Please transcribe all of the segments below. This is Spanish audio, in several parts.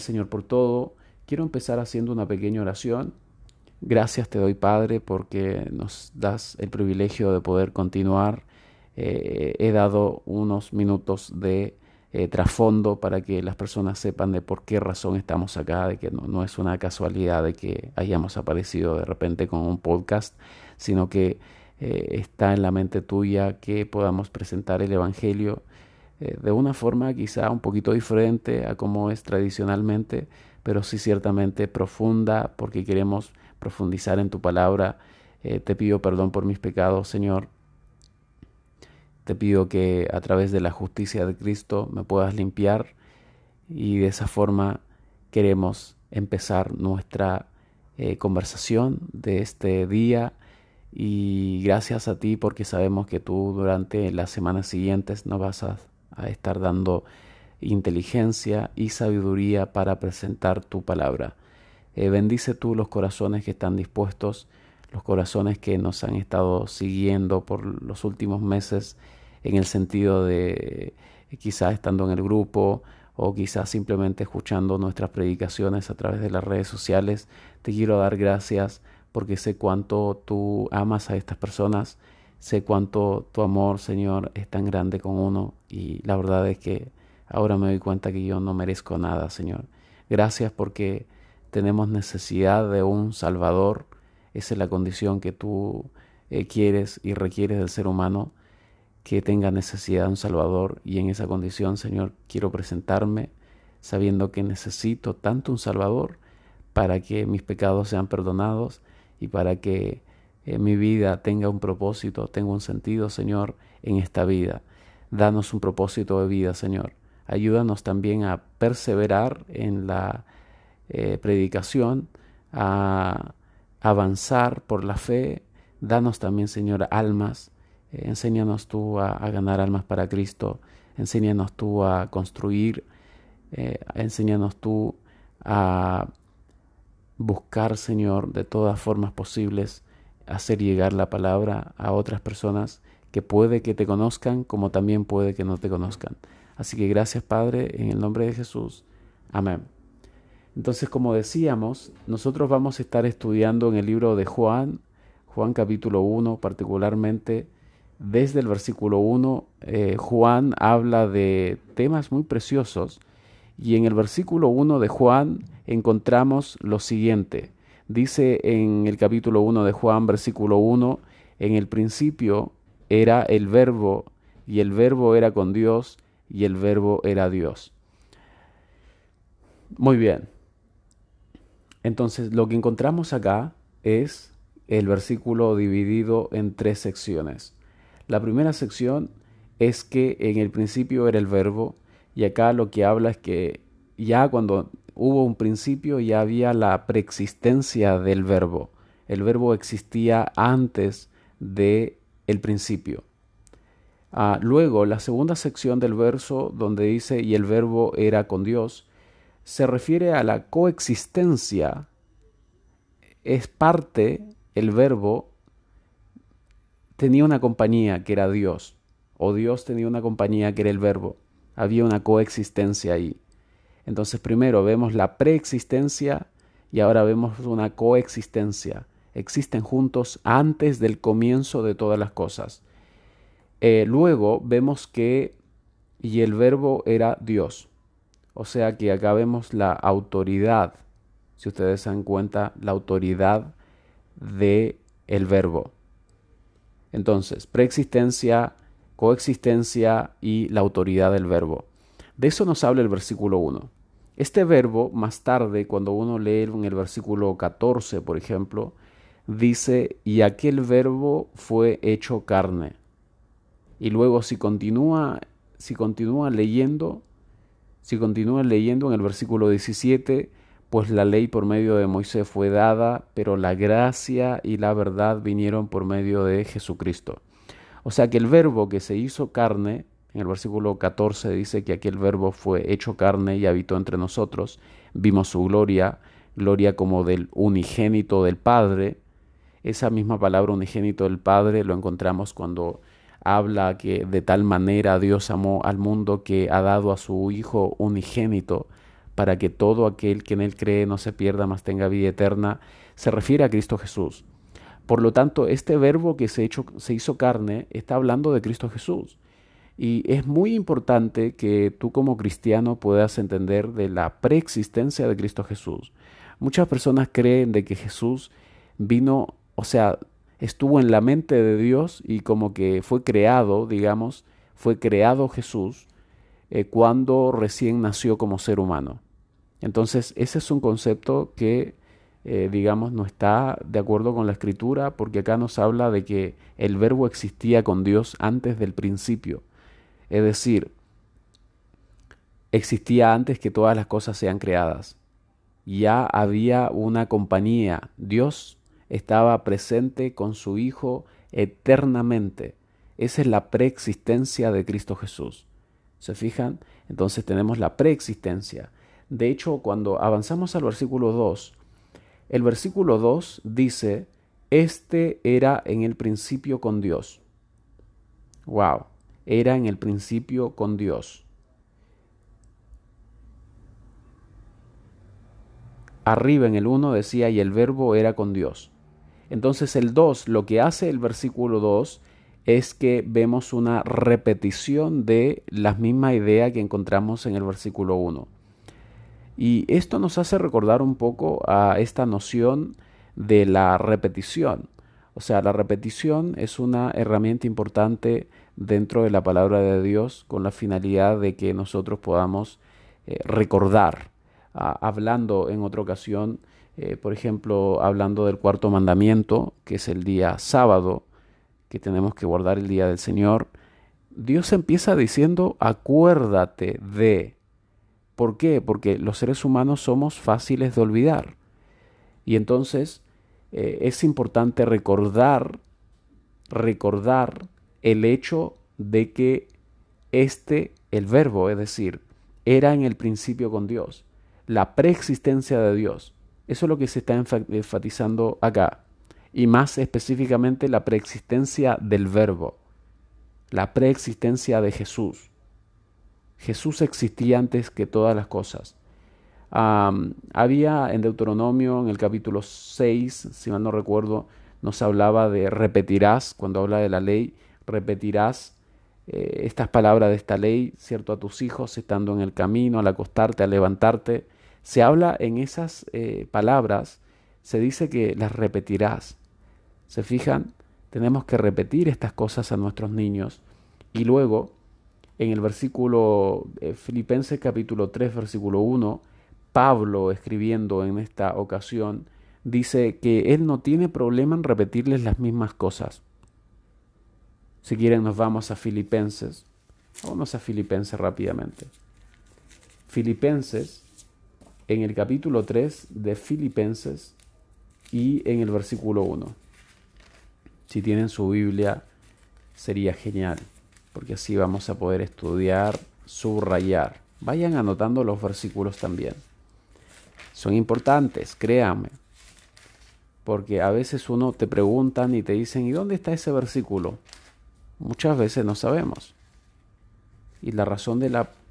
Señor, por todo. Quiero empezar haciendo una pequeña oración. Gracias te doy, Padre, porque nos das el privilegio de poder continuar. He dado unos minutos de trasfondo para que las personas sepan de por qué razón estamos acá, de que no es una casualidad de que hayamos aparecido de repente con un podcast, sino que está en la mente tuya que podamos presentar el Evangelio de una forma quizá un poquito diferente a como es tradicionalmente, pero sí ciertamente profunda, porque queremos profundizar en tu palabra. Te pido perdón por mis pecados, Señor. Te pido que a través de la justicia de Cristo me puedas limpiar y de esa forma queremos empezar nuestra conversación de este día. Y gracias a ti porque sabemos que tú durante las semanas siguientes nos vas a estar dando inteligencia y sabiduría para presentar tu palabra. Bendice tú los corazones que están dispuestos, los corazones que nos han estado siguiendo por los últimos meses, en el sentido de quizás estando en el grupo o quizás simplemente escuchando nuestras predicaciones a través de las redes sociales. Te quiero dar gracias porque sé cuánto tú amas a estas personas, sé cuánto tu amor, Señor, es tan grande con uno, y la verdad es que ahora me doy cuenta que yo no merezco nada, Señor. Gracias porque tenemos necesidad de un Salvador. Esa es la condición que tú quieres y requieres del ser humano, que tenga necesidad de un Salvador, y en esa condición, Señor, quiero presentarme sabiendo que necesito tanto un Salvador para que mis pecados sean perdonados y para que mi vida tenga un propósito, tenga un sentido, Señor, en esta vida. Danos un propósito de vida, Señor. Ayúdanos también a perseverar en la predicación, a avanzar por la fe. Danos también, Señor, almas. Enséñanos tú a ganar almas para Cristo. Enséñanos tú a construir. Enséñanos tú a buscar, Señor, de todas formas posibles, hacer llegar la palabra a otras personas que puede que te conozcan, como también puede que no te conozcan. Así que gracias, Padre, en el nombre de Jesús. Amén. Entonces, como decíamos, nosotros vamos a estar estudiando en el libro de Juan, Juan capítulo 1, particularmente desde el versículo 1. Juan habla de temas muy preciosos, y en el versículo 1 de Juan encontramos lo siguiente. Dice en el capítulo 1 de Juan, versículo 1: en el principio era el Verbo, y el Verbo era con Dios, y el Verbo era Dios. Muy bien. Entonces, lo que encontramos acá es el versículo dividido en tres secciones. La primera sección es que en el principio era el Verbo, y acá lo que habla es que ya cuando hubo un principio ya había la preexistencia del Verbo. El Verbo existía antes de el principio. Luego, la segunda sección del verso donde dice y el Verbo era con Dios, se refiere a la coexistencia. Es parte, el Verbo tenía una compañía que era Dios, o Dios tenía una compañía que era el Verbo. Había una coexistencia ahí. Entonces primero vemos la preexistencia y ahora vemos una coexistencia. Existen juntos antes del comienzo de todas las cosas. Luego vemos que y el Verbo era Dios. O sea que acá vemos la autoridad, si ustedes se dan cuenta, la autoridad de el Verbo. Entonces, preexistencia, coexistencia y la autoridad del Verbo. De eso nos habla el versículo 1. Este verbo, más tarde, cuando uno lee en el versículo 14, por ejemplo, dice, y aquel verbo fue hecho carne. Y luego si continúa leyendo en el versículo 17, pues la ley por medio de Moisés fue dada, pero la gracia y la verdad vinieron por medio de Jesucristo. O sea que el verbo que se hizo carne, en el versículo 14 dice que aquel verbo fue hecho carne y habitó entre nosotros, vimos su gloria, gloria como del unigénito del Padre. Esa misma palabra unigénito del Padre lo encontramos cuando habla que de tal manera Dios amó al mundo que ha dado a su Hijo unigénito para que todo aquel que en Él cree no se pierda, mas tenga vida eterna, se refiere a Cristo Jesús. Por lo tanto, este verbo que se hizo carne está hablando de Cristo Jesús. Y es muy importante que tú como cristiano puedas entender de la preexistencia de Cristo Jesús. Muchas personas creen de que Jesús vino, o sea, estuvo en la mente de Dios y como que fue creado, digamos, fue creado Jesús cuando recién nació como ser humano. Entonces, ese es un concepto que, digamos, no está de acuerdo con la Escritura, porque acá nos habla de que el verbo existía con Dios antes del principio. Es decir, existía antes que todas las cosas sean creadas. Ya había una compañía. Dios estaba presente con su Hijo eternamente. Esa es la preexistencia de Cristo Jesús. ¿Se fijan? Entonces tenemos la preexistencia. De hecho, cuando avanzamos al versículo 2, el versículo 2 dice, este era en el principio con Dios. Wow, era en el principio con Dios. Arriba en el 1 decía, y el verbo era con Dios. Entonces el 2, lo que hace el versículo 2 es que vemos una repetición de la misma idea que encontramos en el versículo 1. Y esto nos hace recordar un poco a esta noción de la repetición. O sea, la repetición es una herramienta importante dentro de la palabra de Dios con la finalidad de que nosotros podamos recordar. Hablando en otra ocasión, por ejemplo, hablando del cuarto mandamiento, que es el día sábado, que tenemos que guardar el día del Señor, Dios empieza diciendo, acuérdate de. ¿Por qué? Porque los seres humanos somos fáciles de olvidar. Y entonces es importante recordar el hecho de que el verbo, es decir, era en el principio con Dios, la preexistencia de Dios. Eso es lo que se está enfatizando acá. Y más específicamente la preexistencia del verbo, la preexistencia de Jesús. Jesús existía antes que todas las cosas. Había en Deuteronomio, en el capítulo 6, si mal no recuerdo, nos hablaba de repetirás, cuando habla de la ley, repetirás estas palabras de esta ley, cierto, a tus hijos, estando en el camino, al acostarte, al levantarte. Se habla en esas palabras, se dice que las repetirás. ¿Se fijan? Tenemos que repetir estas cosas a nuestros niños. Y luego, en el versículo Filipenses capítulo 3, versículo 1, Pablo, escribiendo en esta ocasión, dice que él no tiene problema en repetirles las mismas cosas. Si quieren nos vamos a Filipenses. Vamos a Filipenses rápidamente. Filipenses, en el capítulo 3 de Filipenses y en el versículo 1. Si tienen su Biblia, sería genial, porque así vamos a poder estudiar, subrayar. Vayan anotando los versículos también. Son importantes, créanme, porque a veces uno te preguntan y te dicen, ¿y dónde está ese versículo? Muchas veces no sabemos. Y la razón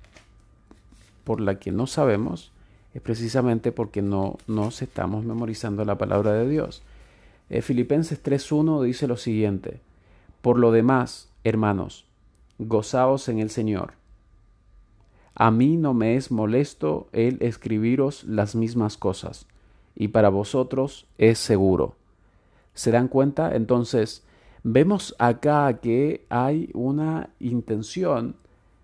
por la que no sabemos es precisamente porque no nos estamos memorizando la palabra de Dios. Filipenses 3.1 dice lo siguiente, por lo demás, hermanos, gozaos en el Señor. A mí no me es molesto el escribiros las mismas cosas, y para vosotros es seguro. ¿Se dan cuenta? Entonces, vemos acá que hay una intención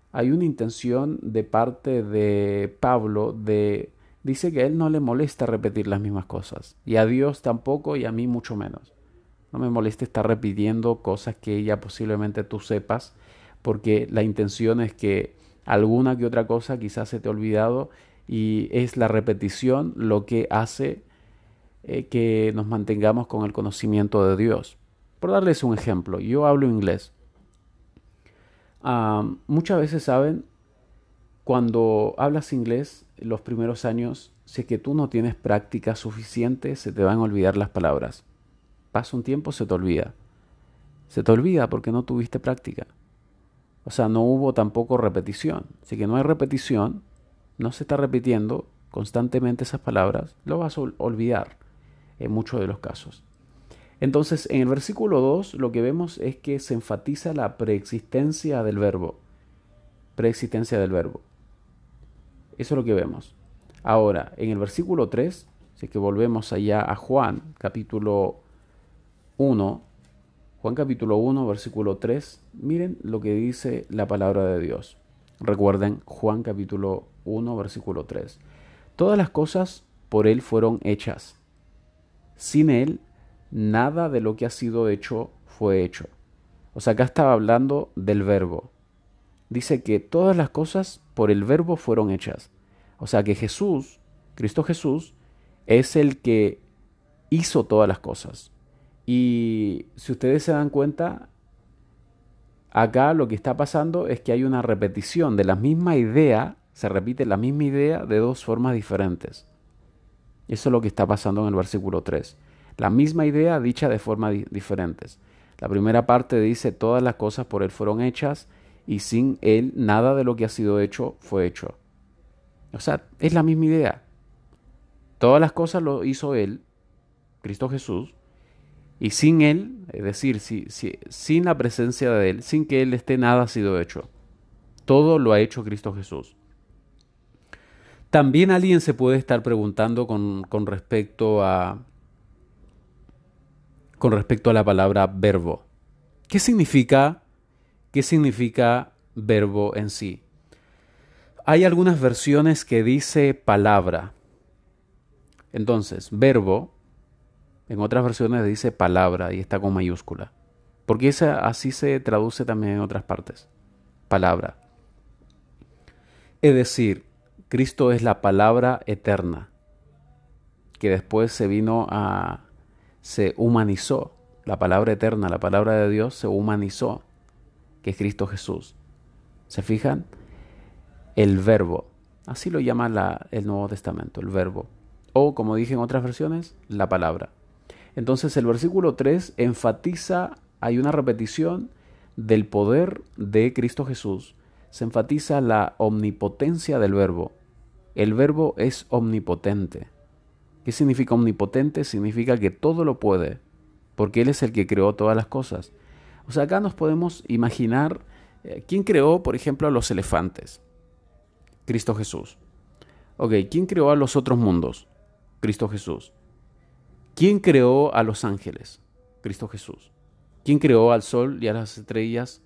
de parte de Pablo dice que a él no le molesta repetir las mismas cosas, y a Dios tampoco, y a mí mucho menos. No me molesta estar repitiendo cosas que ya posiblemente tú sepas, porque la intención es que alguna que otra cosa quizás se te ha olvidado y es la repetición lo que hace que nos mantengamos con el conocimiento de Dios. Por darles un ejemplo, yo hablo inglés. Muchas veces, ¿saben? Cuando hablas inglés, los primeros años, si es que tú no tienes práctica suficiente, se te van a olvidar las palabras. Pasa un tiempo, se te olvida. Se te olvida porque no tuviste práctica. O sea, no hubo tampoco repetición. Así que no hay repetición, no se está repitiendo constantemente esas palabras, lo vas a olvidar en muchos de los casos. Entonces, en el versículo 2 lo que vemos es que se enfatiza la preexistencia del verbo. Preexistencia del verbo. Eso es lo que vemos. Ahora, en el versículo 3, si es que volvemos allá a Juan, capítulo 1, Juan capítulo 1, versículo 3, miren lo que dice la palabra de Dios. Recuerden, Juan capítulo 1, versículo 3. Todas las cosas por Él fueron hechas. Sin Él, nada de lo que ha sido hecho fue hecho. O sea, acá estaba hablando del verbo. Dice que todas las cosas por el verbo fueron hechas. O sea que Jesús, Cristo Jesús, es el que hizo todas las cosas. Y si ustedes se dan cuenta, acá lo que está pasando es que hay una repetición de la misma idea, se repite la misma idea de dos formas diferentes. Eso es lo que está pasando en el versículo 3. La misma idea dicha de formas diferentes. La primera parte dice, todas las cosas por Él fueron hechas y sin Él nada de lo que ha sido hecho fue hecho. O sea, es la misma idea. Todas las cosas lo hizo Él, Cristo Jesús, y sin Él, es decir, sin la presencia de Él, sin que Él esté, nada ha sido hecho. Todo lo ha hecho Cristo Jesús. También alguien se puede estar preguntando con respecto a la palabra verbo. ¿Qué significa verbo en sí? Hay algunas versiones que dice palabra. Entonces, verbo, en otras versiones dice palabra y está con mayúscula. Porque así se traduce también en otras partes. Palabra. Es decir, Cristo es la palabra eterna, que después se humanizó. La palabra eterna, la palabra de Dios se humanizó, que es Cristo Jesús. ¿Se fijan? El verbo, así lo llama el Nuevo Testamento, el verbo. O, como dije en otras versiones, la palabra. Entonces el versículo 3 enfatiza, hay una repetición del poder de Cristo Jesús. Se enfatiza la omnipotencia del verbo. El verbo es omnipotente. ¿Qué significa omnipotente? Significa que todo lo puede, porque Él es el que creó todas las cosas. O sea, acá nos podemos imaginar, ¿quién creó, por ejemplo, a los elefantes? Cristo Jesús. Ok, ¿quién creó a los otros mundos? Cristo Jesús. ¿Quién creó a los ángeles? Cristo Jesús. ¿Quién creó al sol y a las estrellas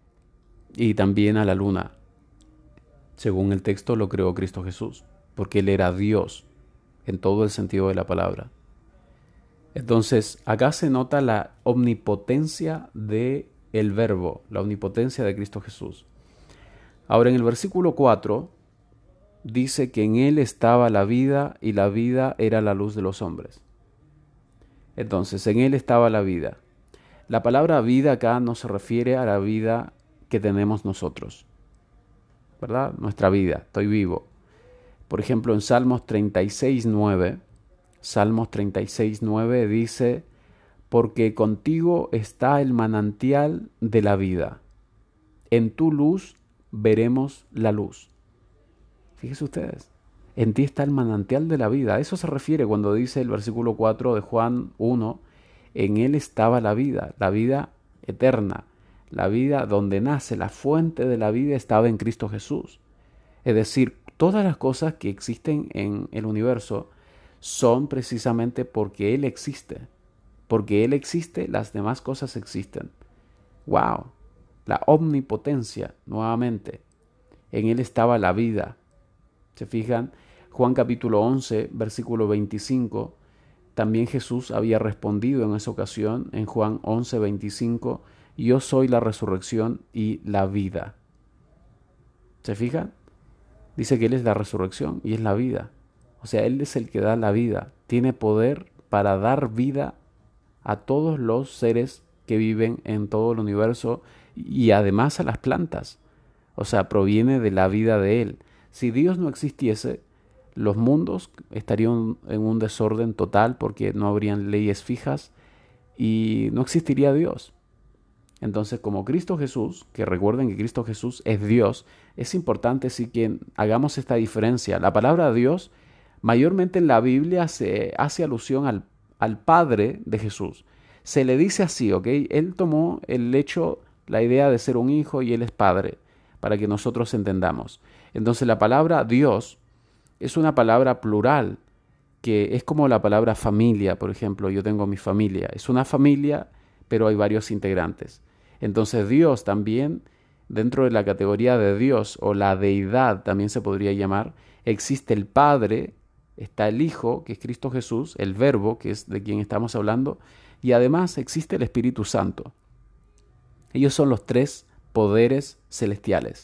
y también a la luna? Según el texto lo creó Cristo Jesús, porque Él era Dios en todo el sentido de la palabra. Entonces, acá se nota la omnipotencia del verbo, la omnipotencia de Cristo Jesús. Ahora, en el versículo 4 dice que en Él estaba la vida y la vida era la luz de los hombres. Entonces, en Él estaba la vida. La palabra vida acá no se refiere a la vida que tenemos nosotros, ¿verdad? Nuestra vida, estoy vivo. Por ejemplo, en Salmos 36:9, Salmos 36:9 dice, porque contigo está el manantial de la vida. En tu luz veremos la luz. Fíjense ustedes, en ti está el manantial de la vida. A eso se refiere cuando dice el versículo 4 de Juan 1, en Él estaba la vida eterna, la vida donde nace, la fuente de la vida estaba en Cristo Jesús. Es decir, todas las cosas que existen en el universo son precisamente porque Él existe. Porque Él existe, las demás cosas existen. ¡Wow! La omnipotencia, nuevamente. En Él estaba la vida. ¿Se fijan? Juan capítulo 11, versículo 25. También Jesús había respondido en esa ocasión, en Juan 11, 25, yo soy la resurrección y la vida. ¿Se fijan? Dice que Él es la resurrección y es la vida. O sea, Él es el que da la vida. Tiene poder para dar vida a todos los seres que viven en todo el universo y además a las plantas. O sea, proviene de la vida de Él. Si Dios no existiese, los mundos estarían en un desorden total porque no habrían leyes fijas y no existiría Dios. Entonces, como Cristo Jesús, que recuerden que Cristo Jesús es Dios, es importante sí que hagamos esta diferencia. La palabra Dios, mayormente en la Biblia, se hace alusión al Padre de Jesús. Se le dice así, ¿ok? Él tomó el hecho, la idea de ser un hijo y Él es Padre, para que nosotros entendamos. Entonces, la palabra Dios es una palabra plural, que es como la palabra familia, por ejemplo, yo tengo mi familia. Es una familia, pero hay varios integrantes. Entonces Dios también, dentro de la categoría de Dios o la deidad también se podría llamar, existe el Padre, está el Hijo, que es Cristo Jesús, el Verbo, que es de quien estamos hablando, y además existe el Espíritu Santo. Ellos son los tres poderes celestiales.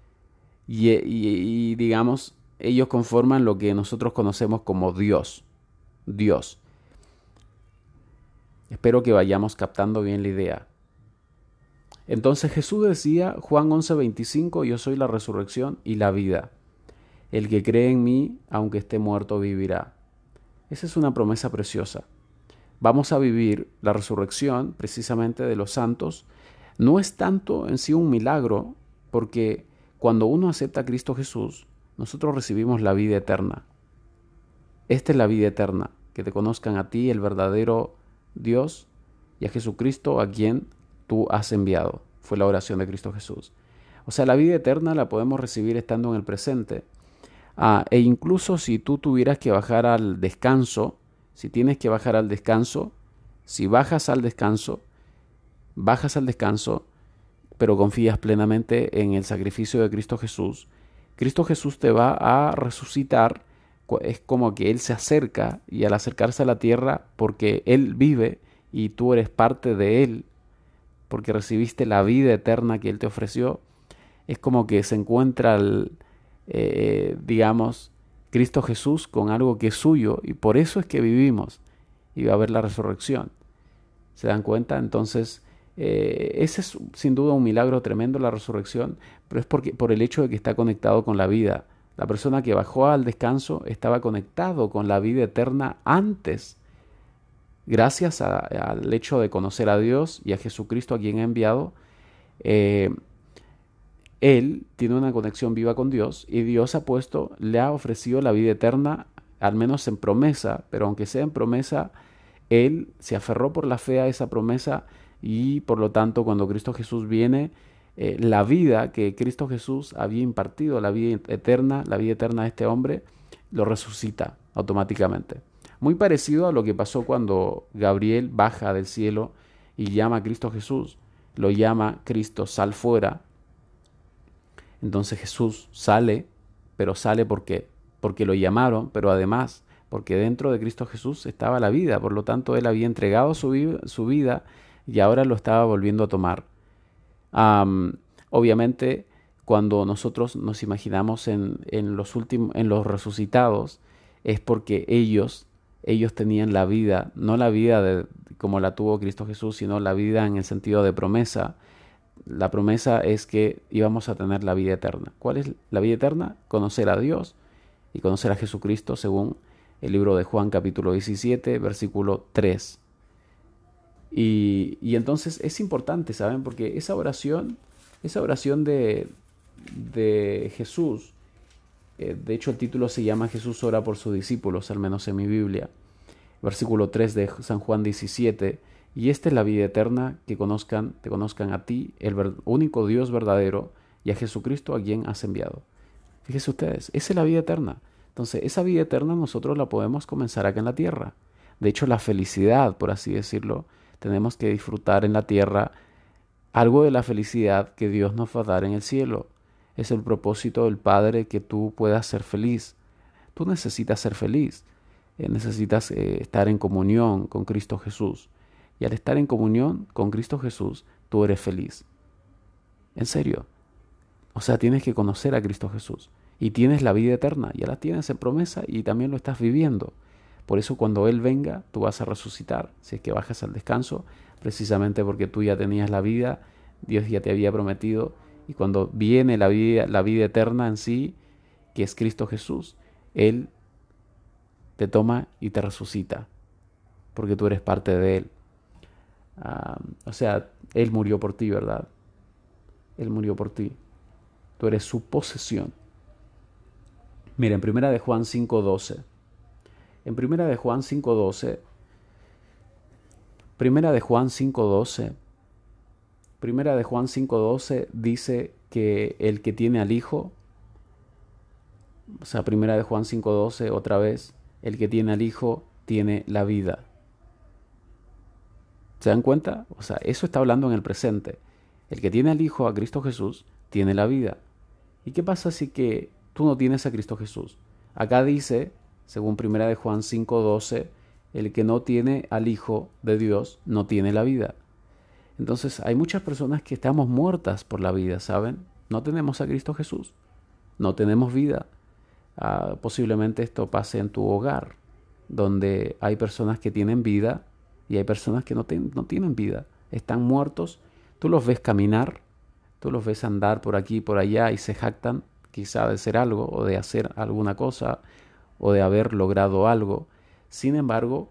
Y digamos, ellos conforman lo que nosotros conocemos como Dios. Dios. Espero que vayamos captando bien la idea. Entonces Jesús decía, Juan 11:25, yo soy la resurrección y la vida. El que cree en mí, aunque esté muerto, vivirá. Esa es una promesa preciosa. Vamos a vivir la resurrección precisamente de los santos. No es tanto en sí un milagro, porque cuando uno acepta a Cristo Jesús, nosotros recibimos la vida eterna. Esta es la vida eterna, que te conozcan a ti, el verdadero Dios, y a Jesucristo, a quien tú has enviado. Fue la oración de Cristo Jesús. O sea, la vida eterna la podemos recibir estando en el presente. E incluso si tú tuvieras que bajar al descanso, si tienes que bajar al descanso, si bajas al descanso, pero confías plenamente en el sacrificio de Cristo Jesús te va a resucitar. Es como que Él se acerca, y al acercarse a la tierra, porque Él vive y tú eres parte de Él, porque recibiste la vida eterna que Él te ofreció, es como que se encuentra, digamos, Cristo Jesús con algo que es suyo, y por eso es que vivimos y va a haber la resurrección. ¿Se dan cuenta? Entonces, ese es sin duda un milagro tremendo, la resurrección, pero es por el hecho de que está conectado con la vida. La persona que bajó al descanso estaba conectado con la vida eterna antes, gracias al hecho de conocer a Dios y a Jesucristo a quien ha enviado. Él tiene una conexión viva con Dios, y Dios le ha ofrecido la vida eterna, al menos en promesa, pero aunque sea en promesa, Él se aferró por la fe a esa promesa, y por lo tanto cuando Cristo Jesús viene, la vida que Cristo Jesús había impartido, la vida eterna a este hombre, lo resucita automáticamente. Muy parecido a lo que pasó cuando Gabriel baja del cielo y llama a Cristo Jesús. Lo llama: Cristo, sal fuera. Entonces Jesús sale, pero sale porque lo llamaron, pero además porque dentro de Cristo Jesús estaba la vida. Por lo tanto, Él había entregado su vida y ahora lo estaba volviendo a tomar. Obviamente, cuando nosotros nos imaginamos en los resucitados, es porque ellos tenían la vida, no la vida como la tuvo Cristo Jesús, sino la vida en el sentido de promesa. La promesa es que íbamos a tener la vida eterna. ¿Cuál es la vida eterna? Conocer a Dios y conocer a Jesucristo, según el libro de Juan capítulo 17, versículo 3. Y entonces es importante, ¿saben? Porque esa oración de Jesús, de hecho el título se llama Jesús ora por sus discípulos, al menos en mi Biblia. Versículo 3 de San Juan 17. Y esta es la vida eterna, que te conozcan a ti, el único Dios verdadero, y a Jesucristo a quien has enviado. Fíjense ustedes, esa es la vida eterna. Entonces, esa vida eterna nosotros la podemos comenzar acá en la tierra. De hecho, la felicidad, por así decirlo, tenemos que disfrutar en la tierra algo de la felicidad que Dios nos va a dar en el cielo. Es el propósito del Padre que tú puedas ser feliz. Tú necesitas ser feliz. Necesitas estar en comunión con Cristo Jesús. Y al estar en comunión con Cristo Jesús, tú eres feliz. En serio. O sea, tienes que conocer a Cristo Jesús. Y tienes la vida eterna. Ya la tienes en promesa y también lo estás viviendo. Por eso cuando Él venga, tú vas a resucitar. Si es que bajas al descanso, precisamente porque tú ya tenías la vida, Dios ya te había prometido. Y cuando viene la vida eterna en sí, que es Cristo Jesús, Él te toma y te resucita, porque tú eres parte de Él. O sea, Él murió por ti, ¿verdad? Él murió por ti. Tú eres su posesión. Mira, en Primera de Juan 5:12. En Primera de Juan 5:12. Primera de Juan 5:12. Primera de Juan 5:12 dice que el que tiene al Hijo, o sea, Primera de Juan 5:12 otra vez, el que tiene al Hijo tiene la vida. ¿Se dan cuenta? O sea, eso está hablando en el presente. El que tiene al Hijo, a Cristo Jesús, tiene la vida. ¿Y qué pasa si que tú no tienes a Cristo Jesús? Acá dice, según Primera de Juan 5:12, el que no tiene al Hijo de Dios no tiene la vida. Entonces hay muchas personas que estamos muertas por la vida, ¿saben? No tenemos a Cristo Jesús, no tenemos vida. Posiblemente esto pase en tu hogar, donde hay personas que tienen vida y hay personas que no tienen vida, están muertos. Tú los ves caminar, tú los ves andar por aquí y por allá y se jactan quizá de ser algo o de hacer alguna cosa o de haber logrado algo. Sin embargo,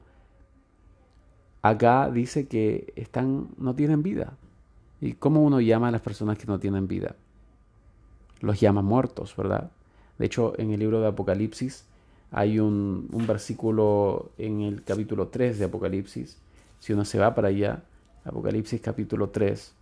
acá dice que no tienen vida. ¿Y cómo uno llama a las personas que no tienen vida? Los llama muertos, ¿verdad? De hecho, en el libro de Apocalipsis hay un versículo en el capítulo 3 de Apocalipsis. Si uno se va para allá, Apocalipsis capítulo 3.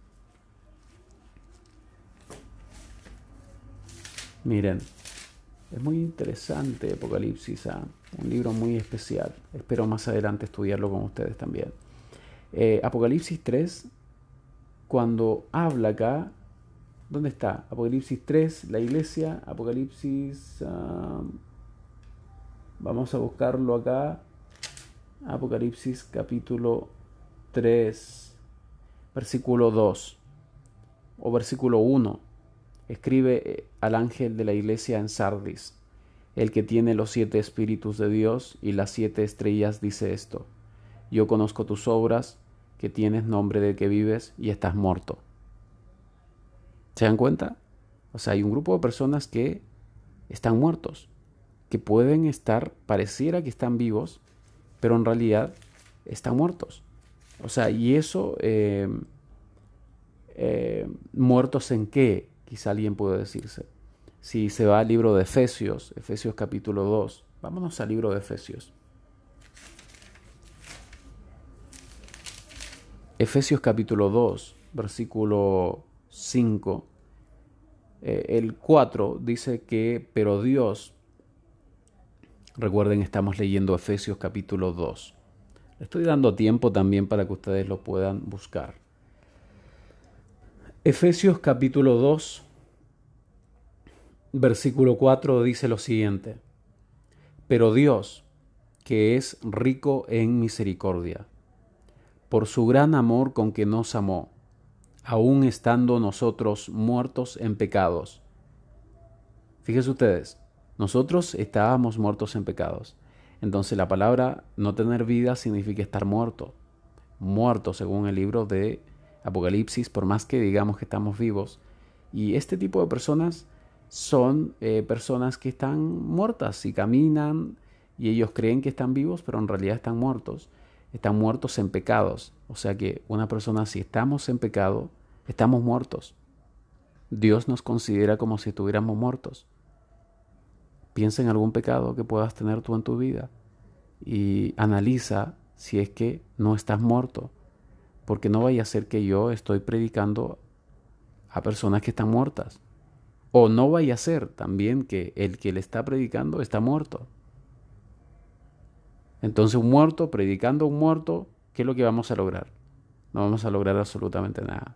Miren, es muy interesante Apocalipsis, un libro muy especial. Espero más adelante estudiarlo con ustedes también. Apocalipsis 3, cuando habla acá, ¿dónde está? Apocalipsis 3, la iglesia, Apocalipsis, vamos a buscarlo acá, Apocalipsis capítulo 3, versículo 2 o versículo 1. Escribe al ángel de la iglesia en Sardis, el que tiene los 7 espíritus de Dios y las 7 estrellas, dice esto: yo conozco tus obras, que tienes nombre de que vives y estás muerto. ¿Se dan cuenta? O sea, hay un grupo de personas que están muertos, que pueden estar, pareciera que están vivos, pero en realidad están muertos. O sea, y eso, ¿muertos en qué? Quizá alguien puede decirse. Si se va al libro de Efesios, Efesios capítulo 2, vámonos al libro de Efesios. Efesios capítulo 2, versículo 5, el 4 dice que, pero Dios, recuerden, estamos leyendo Efesios capítulo 2. Estoy dando tiempo también para que ustedes lo puedan buscar. Efesios capítulo 2, versículo 4 dice lo siguiente: pero Dios, que es rico en misericordia, por su gran amor con que nos amó, aun estando nosotros muertos en pecados. Fíjense ustedes, nosotros estábamos muertos en pecados. Entonces la palabra no tener vida significa estar muerto. Muerto según el libro de Apocalipsis, por más que digamos que estamos vivos. Y este tipo de personas son personas que están muertas y caminan y ellos creen que están vivos, pero en realidad están muertos. Están muertos en pecados. O sea que una persona, si estamos en pecado, estamos muertos. Dios nos considera como si estuviéramos muertos. Piensa en algún pecado que puedas tener tú en tu vida y analiza si es que no estás muerto, porque no vaya a ser que yo estoy predicando a personas que están muertas, o no vaya a ser también que el que le está predicando está muerto. Entonces un muerto predicando a un muerto, ¿qué es lo que vamos a lograr? No vamos a lograr absolutamente nada.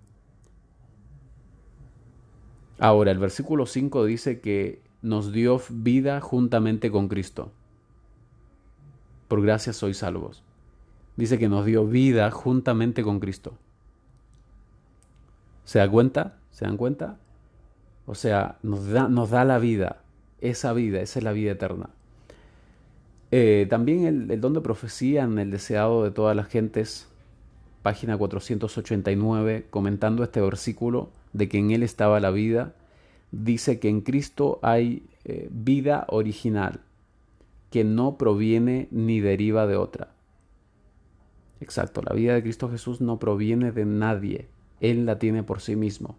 Ahora, el versículo 5 dice que nos dio vida juntamente con Cristo. Por gracia sois salvos. Dice que nos dio vida juntamente con Cristo. ¿Se da cuenta? ¿Se dan cuenta? O sea, nos da la vida. Esa es la vida eterna. También el don de profecía en el deseado de todas las gentes, página 489, comentando este versículo de que en Él estaba la vida, dice que en Cristo hay vida original, que no proviene ni deriva de otra. Exacto, la vida de Cristo Jesús no proviene de nadie, Él la tiene por sí mismo.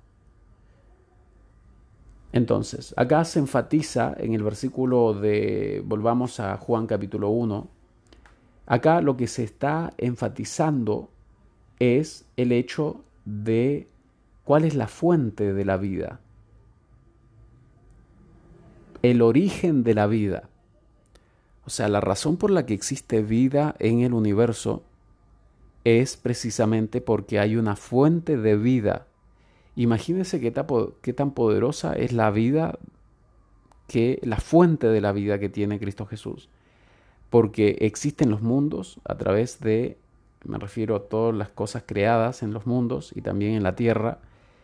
Entonces, acá se enfatiza en el versículo volvamos a Juan capítulo 1, acá lo que se está enfatizando es el hecho de cuál es la fuente de la vida, el origen de la vida. O sea, la razón por la que existe vida en el universo es precisamente porque hay una fuente de vida. Imagínense qué tan poderosa es la vida, la fuente de la vida que tiene Cristo Jesús. Porque existen los mundos a través de, me refiero a todas las cosas creadas en los mundos y también en la tierra,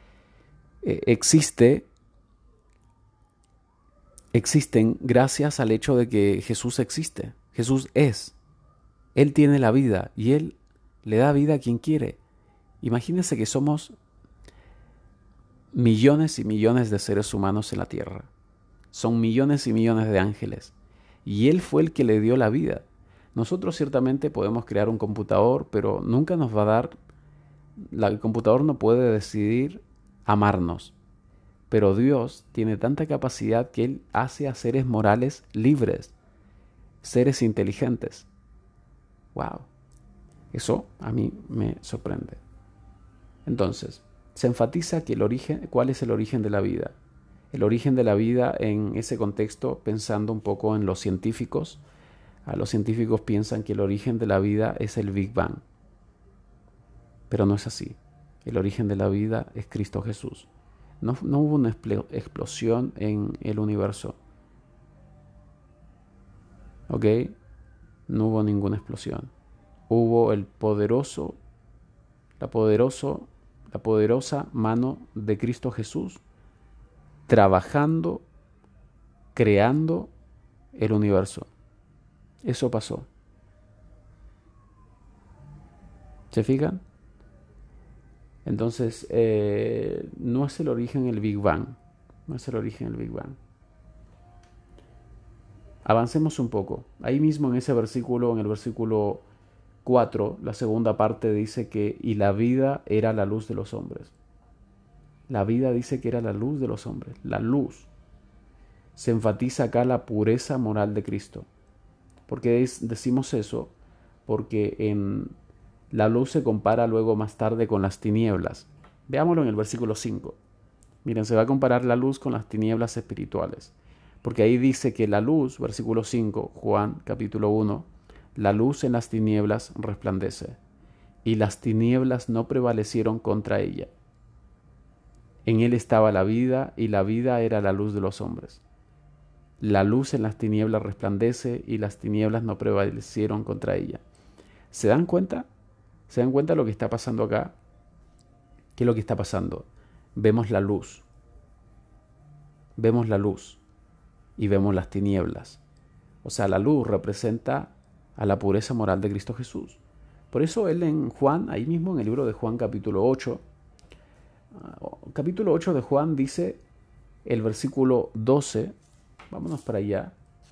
existen gracias al hecho de que Jesús existe. Jesús es. Él tiene la vida y Él le da vida a quien quiere. Imagínense que somos millones y millones de seres humanos en la tierra. Son millones y millones de ángeles. Y Él fue el que le dio la vida. Nosotros ciertamente podemos crear un computador, pero nunca nos va a dar... El computador no puede decidir amarnos. Pero Dios tiene tanta capacidad que Él hace a seres morales libres, seres inteligentes. ¡Wow! Eso a mí me sorprende. Entonces, se enfatiza que ¿cuál es el origen de la vida? El origen de la vida en ese contexto, pensando un poco en los científicos, los científicos piensan que el origen de la vida es el Big Bang. Pero no es así. El origen de la vida es Cristo Jesús. No hubo una explosión en el universo. ¿Ok? No hubo ninguna explosión. Hubo la poderosa mano de Cristo Jesús trabajando, creando el universo. Eso pasó. ¿Se fijan? Entonces, no es el origen el Big Bang. No es el origen el Big Bang. Avancemos un poco. Ahí mismo en ese versículo, en el versículo 4, la segunda parte dice que y la vida era la luz de los hombres. La vida dice que era la luz de los hombres. La luz. Se enfatiza acá la pureza moral de Cristo. ¿Por qué decimos eso? Porque en la luz se compara luego más tarde con las tinieblas. Veámoslo en el versículo 5. Miren, se va a comparar la luz con las tinieblas espirituales. Porque ahí dice que la luz, versículo 5, Juan capítulo 1, la luz en las tinieblas resplandece, y las tinieblas no prevalecieron contra ella. En él estaba la vida, y la vida era la luz de los hombres. La luz en las tinieblas resplandece, y las tinieblas no prevalecieron contra ella. ¿Se dan cuenta? ¿Se dan cuenta de lo que está pasando acá? ¿Qué es lo que está pasando? Vemos la luz. Vemos la luz. Y vemos las tinieblas. O sea, la luz representa a la pureza moral de Cristo Jesús. Por eso él en Juan, ahí mismo en el libro de Juan capítulo 8, capítulo 8 de Juan dice el versículo 12, vámonos para allá,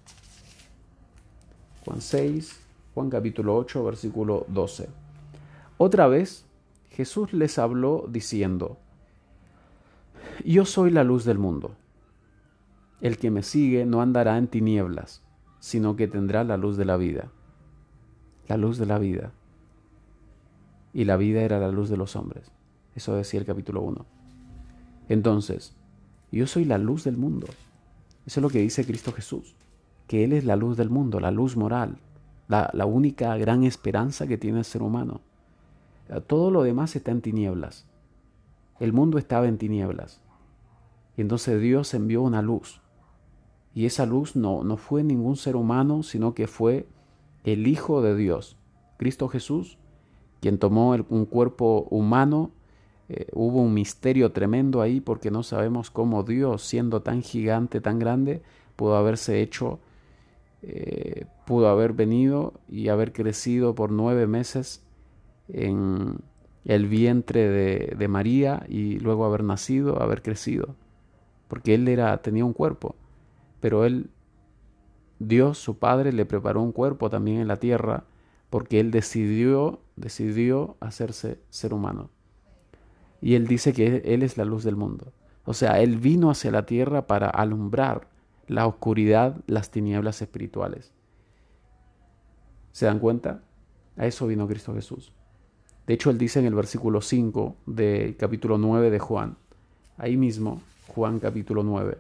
Juan 6, Juan capítulo 8, versículo 12. Otra vez Jesús les habló diciendo, yo soy la luz del mundo. El que me sigue no andará en tinieblas, sino que tendrá la luz de la vida. La luz de la vida. Y la vida era la luz de los hombres. Eso decía el capítulo 1. Entonces, yo soy la luz del mundo. Eso es lo que dice Cristo Jesús. Que Él es la luz del mundo, la luz moral. La única gran esperanza que tiene el ser humano. Todo lo demás está en tinieblas. El mundo estaba en tinieblas. Y entonces Dios envió una luz. Y esa luz no fue ningún ser humano, sino que fue el Hijo de Dios, Cristo Jesús, quien tomó un cuerpo humano. Hubo un misterio tremendo ahí porque no sabemos cómo Dios, siendo tan gigante, tan grande, pudo haberse hecho, pudo haber venido y haber crecido por 9 meses en el vientre de María y luego haber nacido, haber crecido, porque Él tenía un cuerpo. Pero Dios, su Padre, le preparó un cuerpo también en la tierra porque Él decidió hacerse ser humano. Y Él dice que Él es la luz del mundo. O sea, Él vino hacia la tierra para alumbrar la oscuridad, las tinieblas espirituales. ¿Se dan cuenta? A eso vino Cristo Jesús. De hecho, Él dice en el versículo 5 del capítulo 9 de Juan, ahí mismo, Juan capítulo 9,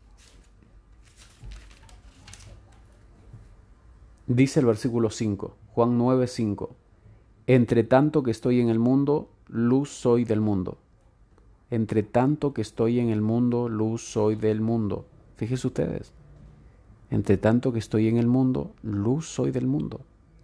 dice el versículo 5, Juan 9, 5, entre tanto que estoy en el mundo, luz soy del mundo. Entre tanto que estoy en el mundo, luz soy del mundo. Fíjense ustedes, entre tanto que estoy en el mundo, luz soy del mundo.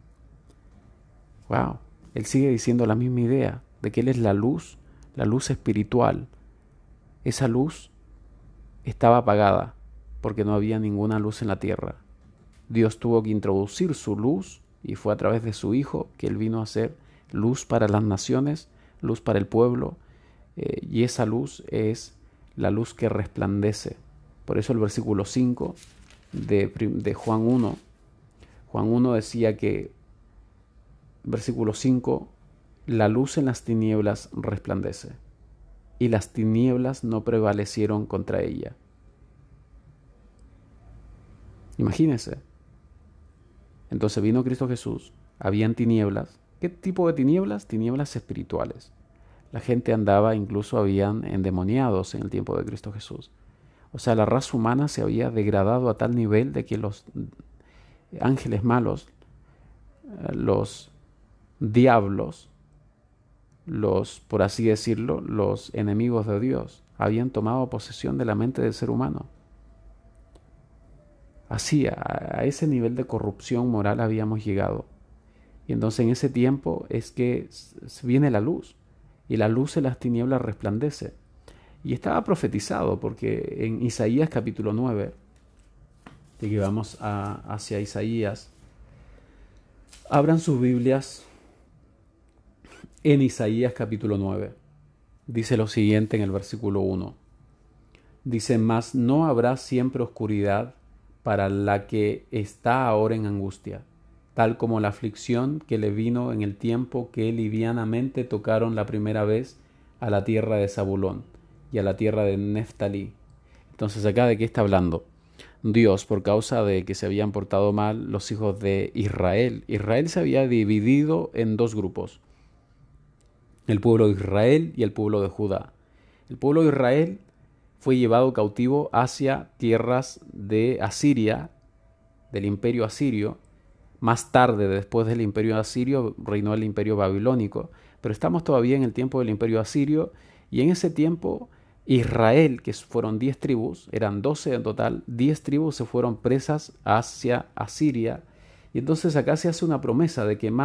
Wow, Él sigue diciendo la misma idea de que Él es la luz espiritual. Esa luz estaba apagada porque no había ninguna luz en la tierra. Dios tuvo que introducir su luz y fue a través de su Hijo que Él vino a ser luz para las naciones, luz para el pueblo, y esa luz es la luz que resplandece. Por eso el versículo 5 de Juan 1, Juan 1 decía que, versículo 5, la luz en las tinieblas resplandece y las tinieblas no prevalecieron contra ella. Imagínense. Entonces vino Cristo Jesús, habían tinieblas. ¿Qué tipo de tinieblas? Tinieblas espirituales. La gente andaba, incluso habían endemoniados en el tiempo de Cristo Jesús. O sea, la raza humana se había degradado a tal nivel de que los ángeles malos, los diablos, por así decirlo, los enemigos de Dios, habían tomado posesión de la mente del ser humano. Así, a ese nivel de corrupción moral habíamos llegado. Y entonces en ese tiempo es que viene la luz, y la luz en las tinieblas resplandece. Y estaba profetizado, porque en Isaías capítulo 9, de que vamos hacia Isaías, abran sus Biblias en Isaías capítulo 9. Dice lo siguiente en el versículo 1. Dice, mas no habrá siempre oscuridad para la que está ahora en angustia, tal como la aflicción que le vino en el tiempo que livianamente tocaron la primera vez a la tierra de Zabulón y a la tierra de Neftalí. Entonces, ¿acá de qué está hablando? Dios, por causa de que se habían portado mal los hijos de Israel. Israel se había dividido en dos grupos, el pueblo de Israel y el pueblo de Judá. El pueblo de Israel fue llevado cautivo hacia tierras de Asiria, del imperio asirio. Más tarde, después del imperio asirio, reinó el imperio babilónico. Pero estamos todavía en el tiempo del imperio asirio, y en ese tiempo Israel, que fueron 10 tribus, eran 12 en total, 10 tribus se fueron presas hacia Asiria. Y entonces acá se hace una promesa de que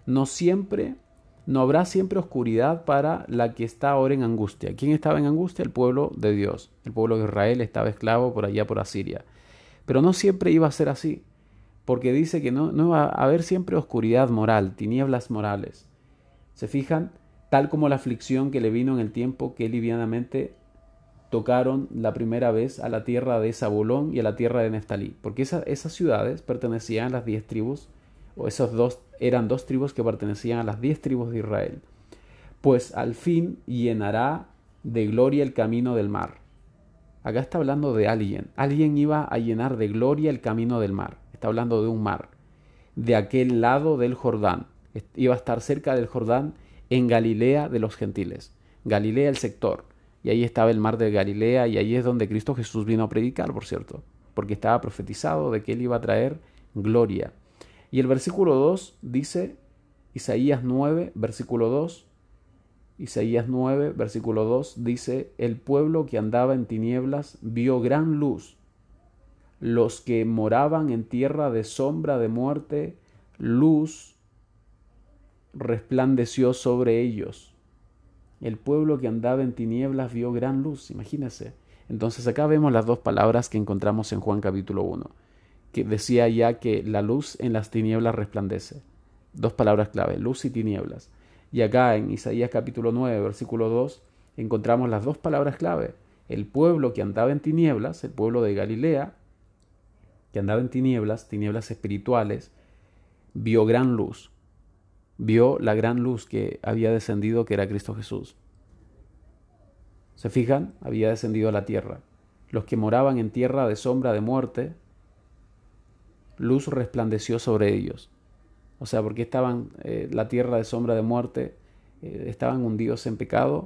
no habrá siempre oscuridad para la que está ahora en angustia. ¿Quién estaba en angustia? El pueblo de Dios. El pueblo de Israel estaba esclavo por allá por Asiria. Pero no siempre iba a ser así, porque dice que no va a haber siempre oscuridad moral, tinieblas morales. ¿Se fijan? Tal como la aflicción que le vino en el tiempo que livianamente tocaron la primera vez a la tierra de Zabulón y a la tierra de Neftalí, porque esas ciudades pertenecían a las 10 tribus, o eran dos tribus que pertenecían a las 10 tribus de Israel. Pues al fin llenará de gloria el camino del mar. Acá está hablando de alguien. Alguien iba a llenar de gloria el camino del mar. Está hablando de un mar. De aquel lado del Jordán. Iba a estar cerca del Jordán, en Galilea de los gentiles. Galilea el sector. Y ahí estaba el mar de Galilea, y ahí es donde Cristo Jesús vino a predicar, por cierto. Porque estaba profetizado de que Él iba a traer gloria. Y el versículo 2 dice, Isaías 9, versículo 2, Isaías 9, versículo 2 dice, el pueblo que andaba en tinieblas vio gran luz. Los que moraban en tierra de sombra de muerte, luz resplandeció sobre ellos. El pueblo que andaba en tinieblas vio gran luz, imagínense. Entonces acá vemos las dos palabras que encontramos en Juan capítulo 1, que decía ya que la luz en las tinieblas resplandece. Dos palabras clave, luz y tinieblas. Y acá en Isaías capítulo 9, versículo 2, encontramos las dos palabras clave. El pueblo que andaba en tinieblas, el pueblo de Galilea, que andaba en tinieblas, tinieblas espirituales, vio gran luz. vio la gran luz que había descendido, que era Cristo Jesús. ¿Se fijan? Había descendido a la tierra. Los que moraban en tierra de sombra de muerte, luz resplandeció sobre ellos. O sea, porque estaban la tierra de sombra de muerte, estaban hundidos en pecado,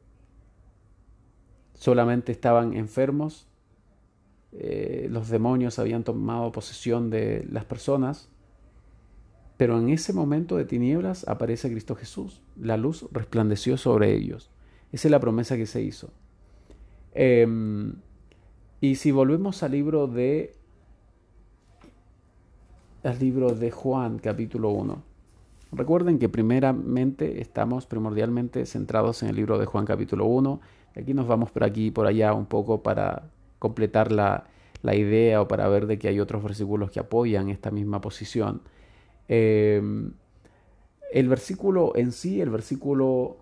solamente estaban enfermos, los demonios habían tomado posesión de las personas, pero en ese momento de tinieblas aparece Cristo Jesús. La luz resplandeció sobre ellos. Esa es la promesa que se hizo. Y si volvemos al libro de Juan, capítulo 1. Recuerden que primeramente estamos primordialmente centrados en el libro de Juan, capítulo 1. Aquí nos vamos por aquí y por allá un poco para completar la idea o para ver de que hay otros versículos que apoyan esta misma posición. El versículo en sí, el versículo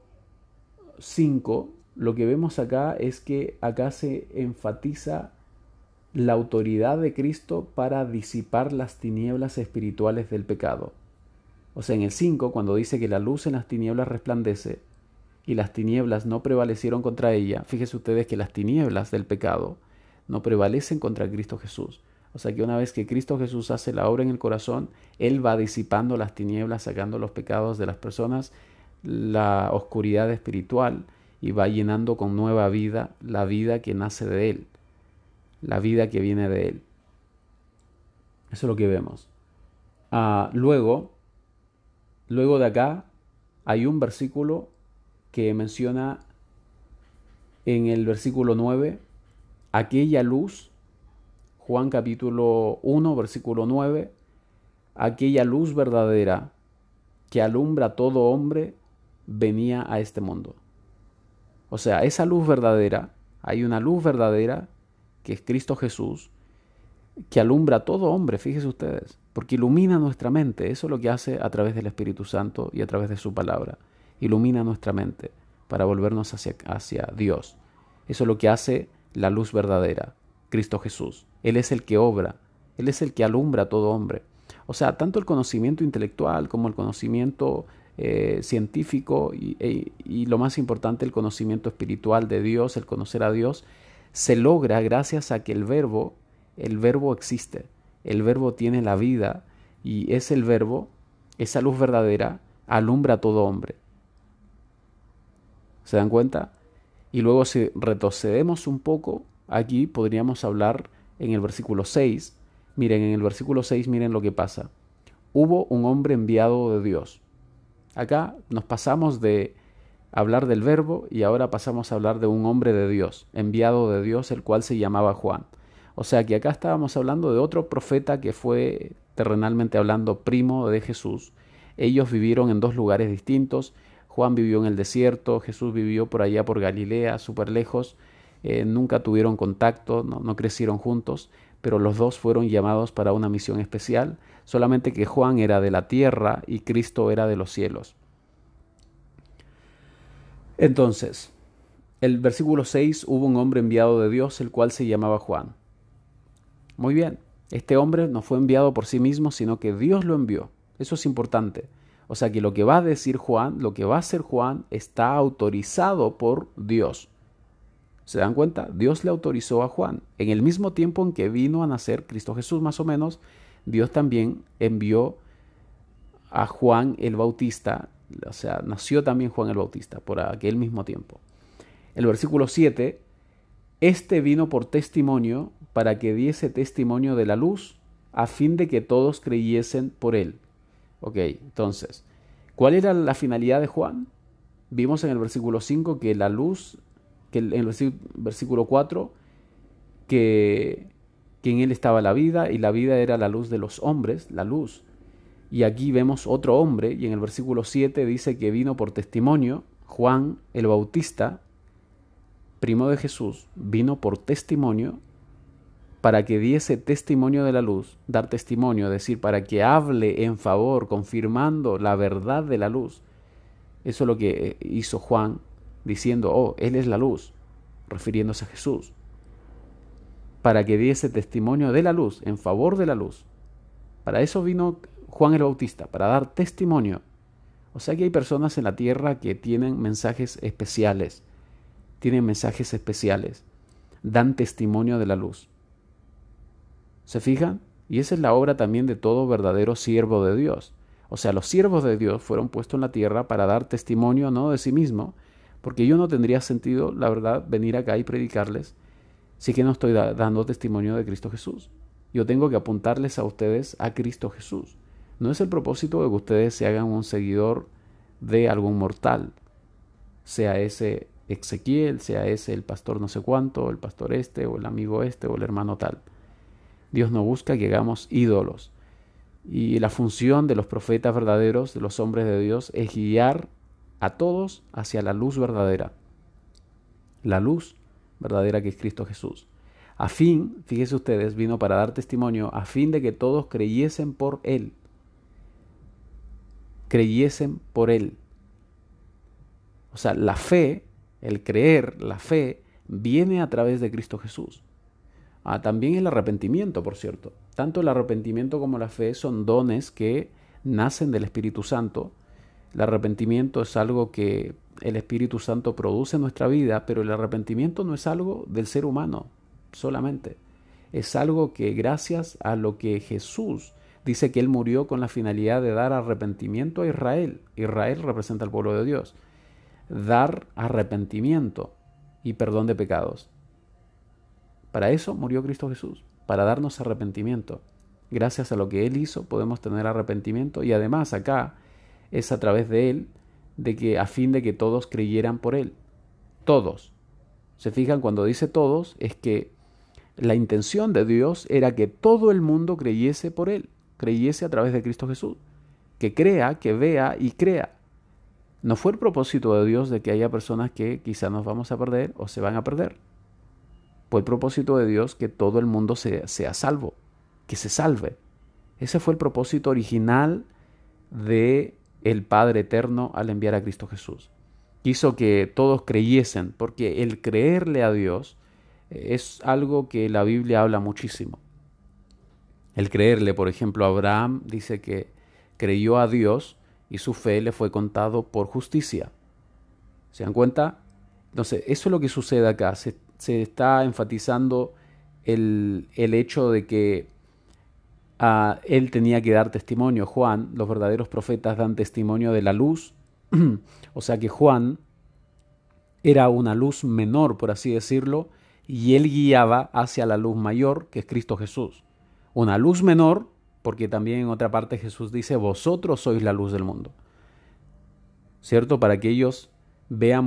5, lo que vemos acá es que acá se enfatiza la autoridad de Cristo para disipar las tinieblas espirituales del pecado. O sea, en el 5, cuando dice que la luz en las tinieblas resplandece y las tinieblas no prevalecieron contra ella, fíjense ustedes que las tinieblas del pecado no prevalecen contra Cristo Jesús. O sea que una vez que Cristo Jesús hace la obra en el corazón, Él va disipando las tinieblas, sacando los pecados de las personas, la oscuridad espiritual, y va llenando con nueva vida la vida que nace de Él, la vida que viene de Él. Eso es lo que vemos. Luego de acá hay un versículo que menciona en el versículo 9, aquella luz, Juan capítulo 1, versículo 9, aquella luz verdadera que alumbra a todo hombre venía a este mundo. O sea, esa luz verdadera, hay una luz verdadera que es Cristo Jesús, que alumbra a todo hombre, fíjense ustedes, porque ilumina nuestra mente. Eso es lo que hace a través del Espíritu Santo y a través de su palabra. Ilumina nuestra mente para volvernos hacia Dios. Eso es lo que hace la luz verdadera, Cristo Jesús. Él es el que obra, Él es el que alumbra a todo hombre. O sea, tanto el conocimiento intelectual como el conocimiento científico y lo más importante, el conocimiento espiritual de Dios, el conocer a Dios, se logra gracias a que el verbo existe. El verbo tiene la vida y es el verbo, esa luz verdadera, alumbra a todo hombre. ¿Se dan cuenta? Y luego si retrocedemos un poco, aquí podríamos hablar en el versículo 6. Miren, en el versículo 6, miren lo que pasa. Hubo un hombre enviado de Dios. Acá nos pasamos de hablar del verbo y ahora pasamos a hablar de un hombre de Dios, enviado de Dios, el cual se llamaba Juan. O sea que acá estábamos hablando de otro profeta que fue, terrenalmente hablando, primo de Jesús. Ellos vivieron en dos lugares distintos. Juan vivió en el desierto, Jesús vivió por allá por Galilea, súper lejos. Nunca tuvieron contacto, no crecieron juntos, pero los dos fueron llamados para una misión especial, solamente que Juan era de la tierra y Cristo era de los cielos. Entonces, el versículo 6, hubo un hombre enviado de Dios, el cual se llamaba Juan. Muy bien, este hombre no fue enviado por sí mismo, sino que Dios lo envió. Eso es importante. O sea que lo que va a decir Juan, lo que va a hacer Juan, está autorizado por Dios. ¿Se dan cuenta? Dios le autorizó a Juan. En el mismo tiempo en que vino a nacer Cristo Jesús, más o menos, Dios también envió a Juan el Bautista. O sea, nació también Juan el Bautista por aquel mismo tiempo. El versículo 7, este vino por testimonio para que diese testimonio de la luz, a fin de que todos creyesen por él. Ok, entonces, ¿cuál era la finalidad de Juan? Vimos en el versículo 5 que la luz, que en el versículo 4, que en él estaba la vida y la vida era la luz de los hombres, la luz. Y aquí vemos otro hombre y en el versículo 7 dice que vino por testimonio. Juan el Bautista, primo de Jesús, vino por testimonio para que diese testimonio de la luz, dar testimonio, es decir, para que hable en favor, confirmando la verdad de la luz. Eso es lo que hizo Juan, diciendo, oh, Él es la luz, refiriéndose a Jesús, para que diese testimonio de la luz, en favor de la luz. Para eso vino Juan el Bautista, para dar testimonio. O sea que hay personas en la tierra que tienen mensajes especiales, dan testimonio de la luz. ¿Se fijan? Y esa es la obra también de todo verdadero siervo de Dios. O sea, los siervos de Dios fueron puestos en la tierra para dar testimonio no de sí mismo, porque yo no tendría sentido, la verdad, venir acá y predicarles si que no estoy dando testimonio de Cristo Jesús. Yo tengo que apuntarles a ustedes a Cristo Jesús. No es el propósito de que ustedes se hagan un seguidor de algún mortal, sea ese Ezequiel, sea ese el pastor no sé cuánto, el pastor este, o el amigo este, o el hermano tal. Dios no busca que hagamos ídolos. Y la función de los profetas verdaderos, de los hombres de Dios, es guiar a todos hacia la luz verdadera. La luz verdadera que es Cristo Jesús. A fin, fíjense ustedes, vino para dar testimonio, a fin de que todos creyesen por Él. Creyesen por Él. O sea, la fe, el creer, la fe, viene a través de Cristo Jesús. También el arrepentimiento, por cierto. Tanto el arrepentimiento como la fe son dones que nacen del Espíritu Santo. El arrepentimiento es algo que el Espíritu Santo produce en nuestra vida, pero el arrepentimiento no es algo del ser humano solamente. Es algo que gracias a lo que Jesús dice que Él murió con la finalidad de dar arrepentimiento a Israel. Israel representa al pueblo de Dios. Dar arrepentimiento y perdón de pecados. Para eso murió Cristo Jesús, para darnos arrepentimiento. Gracias a lo que Él hizo podemos tener arrepentimiento y además acá es a través de Él, de que a fin de que todos creyeran por Él. Todos. Se fijan, cuando dice todos, es que la intención de Dios era que todo el mundo creyese por Él, creyese a través de Cristo Jesús. Que crea, que vea y crea. No fue el propósito de Dios de que haya personas que quizá nos vamos a perder o se van a perder. Fue el propósito de Dios que todo el mundo sea salvo, que se salve. Ese fue el propósito original de el Padre Eterno al enviar a Cristo Jesús. Quiso que todos creyesen, porque el creerle a Dios es algo que la Biblia habla muchísimo. El creerle, por ejemplo, Abraham dice que creyó a Dios y su fe le fue contado por justicia. ¿Se dan cuenta? Entonces, eso es lo que sucede acá. Se está enfatizando el hecho de que él tenía que dar testimonio. Juan, los verdaderos profetas dan testimonio de la luz. O sea que Juan era una luz menor, por así decirlo, y él guiaba hacia la luz mayor, que es Cristo Jesús. Una luz menor, porque también en otra parte Jesús dice, vosotros sois la luz del mundo. ¿Cierto? Para que ellos vean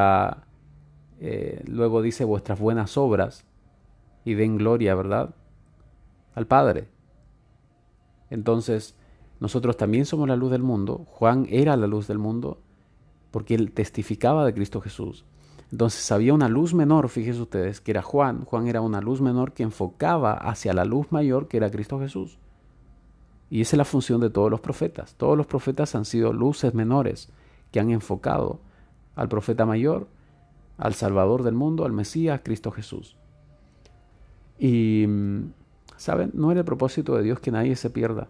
luego dice vuestras buenas obras y den gloria, ¿verdad? Al Padre. Entonces, nosotros también somos la luz del mundo. Juan era la luz del mundo porque él testificaba de Cristo Jesús. Entonces había una luz menor, fíjense ustedes, que era Juan. Juan era una luz menor que enfocaba hacia la luz mayor que era Cristo Jesús. Y esa es la función de todos los profetas. Todos los profetas han sido luces menores que han enfocado al profeta mayor, al Salvador del mundo, al Mesías, Cristo Jesús. Y, ¿saben? No era el propósito de Dios que nadie se pierda.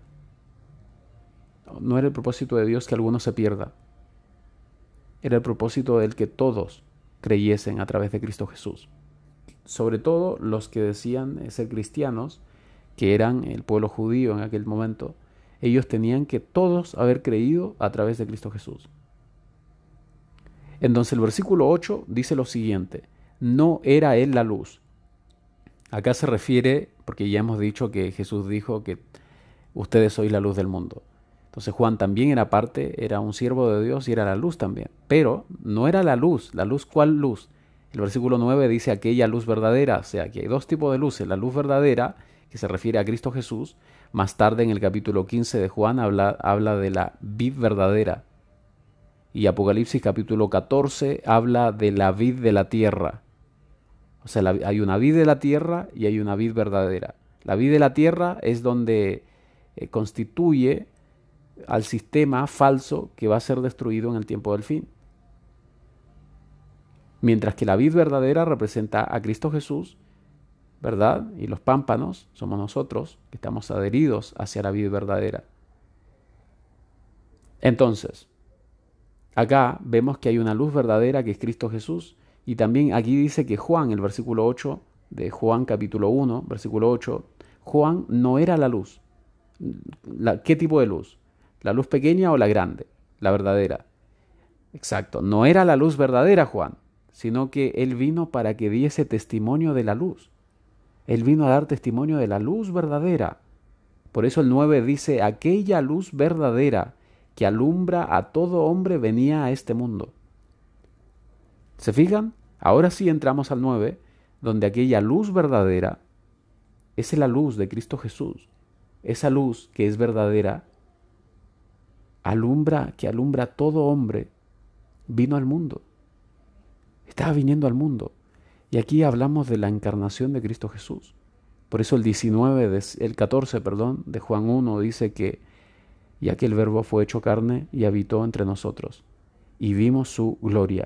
No era el propósito de Dios que alguno se pierda. Era el propósito de Él que todos creyesen a través de Cristo Jesús. Sobre todo los que decían ser cristianos, que eran el pueblo judío en aquel momento, ellos tenían que todos haber creído a través de Cristo Jesús. Entonces el versículo 8 dice lo siguiente, no era Él la luz. Acá se refiere, porque ya hemos dicho que Jesús dijo que ustedes sois la luz del mundo. Entonces Juan también era un siervo de Dios y era la luz también. Pero no era la luz. ¿Cuál luz? El versículo 9 dice aquella luz verdadera. O sea, que hay dos tipos de luces. La luz verdadera, que se refiere a Cristo Jesús. Más tarde en el capítulo 15 de Juan habla de la vid verdadera. Y Apocalipsis capítulo 14 habla de la vid de la tierra. O sea, hay una vid de la tierra y hay una vid verdadera. La vid de la tierra es donde constituye al sistema falso que va a ser destruido en el tiempo del fin. Mientras que la vid verdadera representa a Cristo Jesús, ¿verdad? Y los pámpanos somos nosotros, que estamos adheridos hacia la vid verdadera. Entonces, Acá vemos que hay una luz verdadera que es Cristo Jesús. Y también aquí dice que Juan, el versículo 8 de Juan capítulo 1, versículo 8, Juan no era la luz. ¿Qué tipo de luz? ¿La luz pequeña o la grande? La verdadera. Exacto. No era la luz verdadera, Juan, sino que él vino para que diese testimonio de la luz. Él vino a dar testimonio de la luz verdadera. Por eso el 9 dice, aquella luz verdadera que alumbra a todo hombre venía a este mundo. ¿Se fijan? Ahora sí entramos al 9, donde aquella luz verdadera es la luz de Cristo Jesús. Esa luz que es verdadera que alumbra a todo hombre, vino al mundo. Estaba viniendo al mundo. Y aquí hablamos de la encarnación de Cristo Jesús. Por eso el 14, perdón, de Juan 1 dice que ya que el Verbo fue hecho carne y habitó entre nosotros, y vimos su gloria.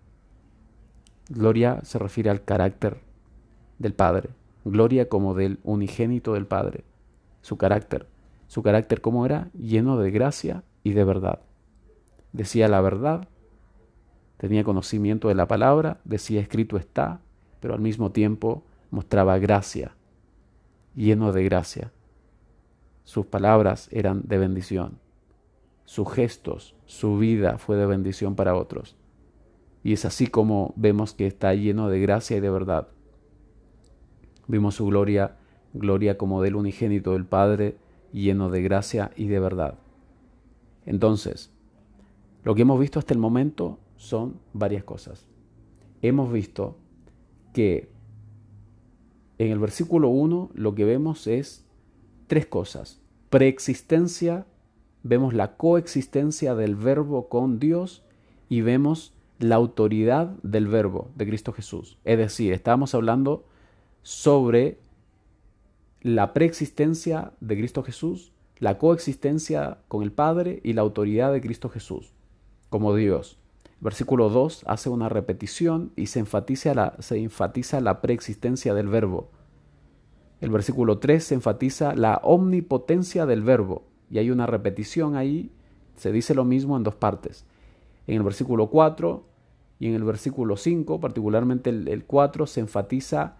Gloria se refiere al carácter del Padre. Gloria como del unigénito del Padre. Su carácter. Su carácter como era, lleno de gracia y de verdad. Decía la verdad, tenía conocimiento de la palabra, decía escrito está, pero al mismo tiempo mostraba gracia, lleno de gracia. Sus palabras eran de bendición. Sus gestos, su vida fue de bendición para otros. Y es así como vemos que está lleno de gracia y de verdad. Vimos su gloria, gloria como del unigénito del Padre, lleno de gracia y de verdad. Entonces, lo que hemos visto hasta el momento son varias cosas. Hemos visto que en el versículo 1 lo que vemos es tres cosas. Preexistencia, vemos la coexistencia del Verbo con Dios y vemos la autoridad del Verbo de Cristo Jesús. Es decir, estábamos hablando sobre la preexistencia de Cristo Jesús, la coexistencia con el Padre y la autoridad de Cristo Jesús como Dios. Versículo 2 hace una repetición y se enfatiza la preexistencia del Verbo. El versículo 3 se enfatiza la omnipotencia del Verbo y hay una repetición ahí, se dice lo mismo en dos partes. En el versículo 4 y en el versículo 5, particularmente el 4, se enfatiza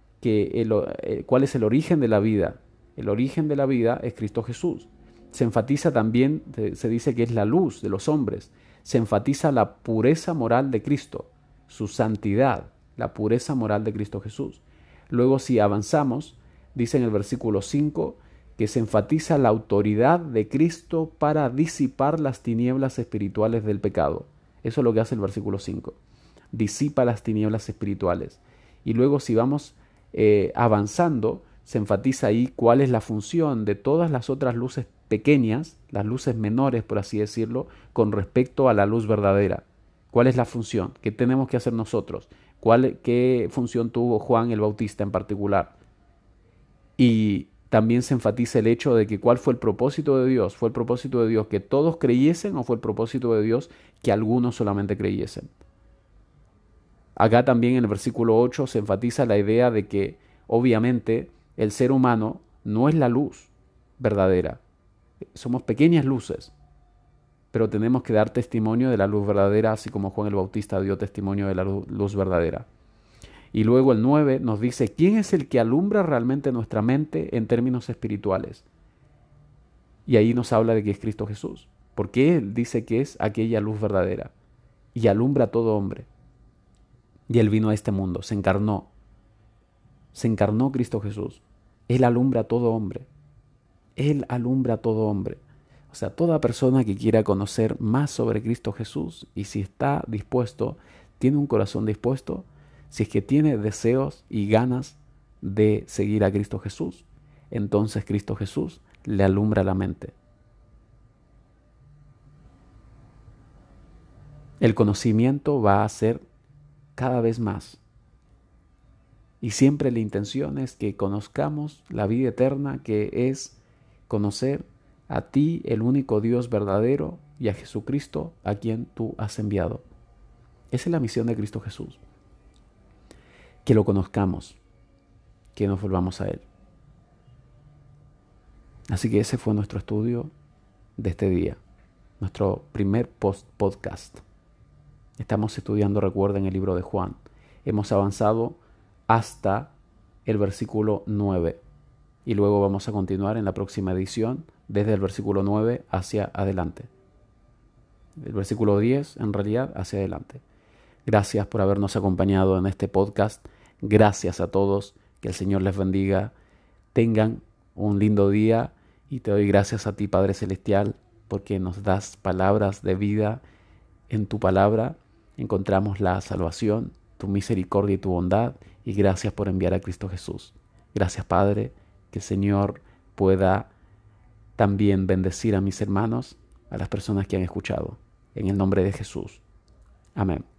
cuál es el origen de la vida. El origen de la vida es Cristo Jesús. Se enfatiza también, se dice que es la luz de los hombres. Se enfatiza la pureza moral de Cristo, su santidad, la pureza moral de Cristo Jesús. Luego, si avanzamos, dice en el versículo 5 que se enfatiza la autoridad de Cristo para disipar las tinieblas espirituales del pecado. Eso es lo que hace el versículo 5. Disipa las tinieblas espirituales. Y luego, si vamos avanzando, se enfatiza ahí cuál es la función de todas las otras luces pequeñas, las luces menores, por así decirlo, con respecto a la luz verdadera. ¿Cuál es la función? ¿Qué tenemos que hacer nosotros? ¿Qué función tuvo Juan el Bautista en particular? Y también se enfatiza el hecho de que cuál fue el propósito de Dios. ¿Fue el propósito de Dios que todos creyesen o fue el propósito de Dios que algunos solamente creyesen? Acá también en el versículo 8 se enfatiza la idea de que obviamente el ser humano no es la luz verdadera. Somos pequeñas luces, pero tenemos que dar testimonio de la luz verdadera, así como Juan el Bautista dio testimonio de la luz verdadera. Y luego el 9 nos dice, ¿quién es el que alumbra realmente nuestra mente en términos espirituales? Y ahí nos habla de que es Cristo Jesús, porque Él dice que es aquella luz verdadera y alumbra a todo hombre. Y Él vino a este mundo, se encarnó Cristo Jesús. Él alumbra a todo hombre. Él alumbra a todo hombre. O sea, toda persona que quiera conocer más sobre Cristo Jesús y si está dispuesto, tiene un corazón dispuesto, si es que tiene deseos y ganas de seguir a Cristo Jesús, entonces Cristo Jesús le alumbra la mente. El conocimiento va a ser cada vez más. Y siempre la intención es que conozcamos la vida eterna, que es conocer a ti, el único Dios verdadero, y a Jesucristo, a quien tú has enviado. Esa es la misión de Cristo Jesús. Que lo conozcamos, que nos volvamos a Él. Así que ese fue nuestro estudio de este día. nuestro primer podcast. Estamos estudiando, recuerden, el libro de Juan. Hemos avanzado hasta el versículo 9 y luego vamos a continuar en la próxima edición desde el versículo 9 hacia adelante. El versículo 10 en realidad hacia adelante. Gracias por habernos acompañado en este podcast. Gracias a todos. Que el Señor les bendiga. Tengan un lindo día y te doy gracias a ti, Padre Celestial, porque nos das palabras de vida. En tu palabra encontramos la salvación, tu misericordia y tu bondad, y gracias por enviar a Cristo Jesús. Gracias, Padre, que el Señor pueda también bendecir a mis hermanos, a las personas que han escuchado. En el nombre de Jesús. Amén.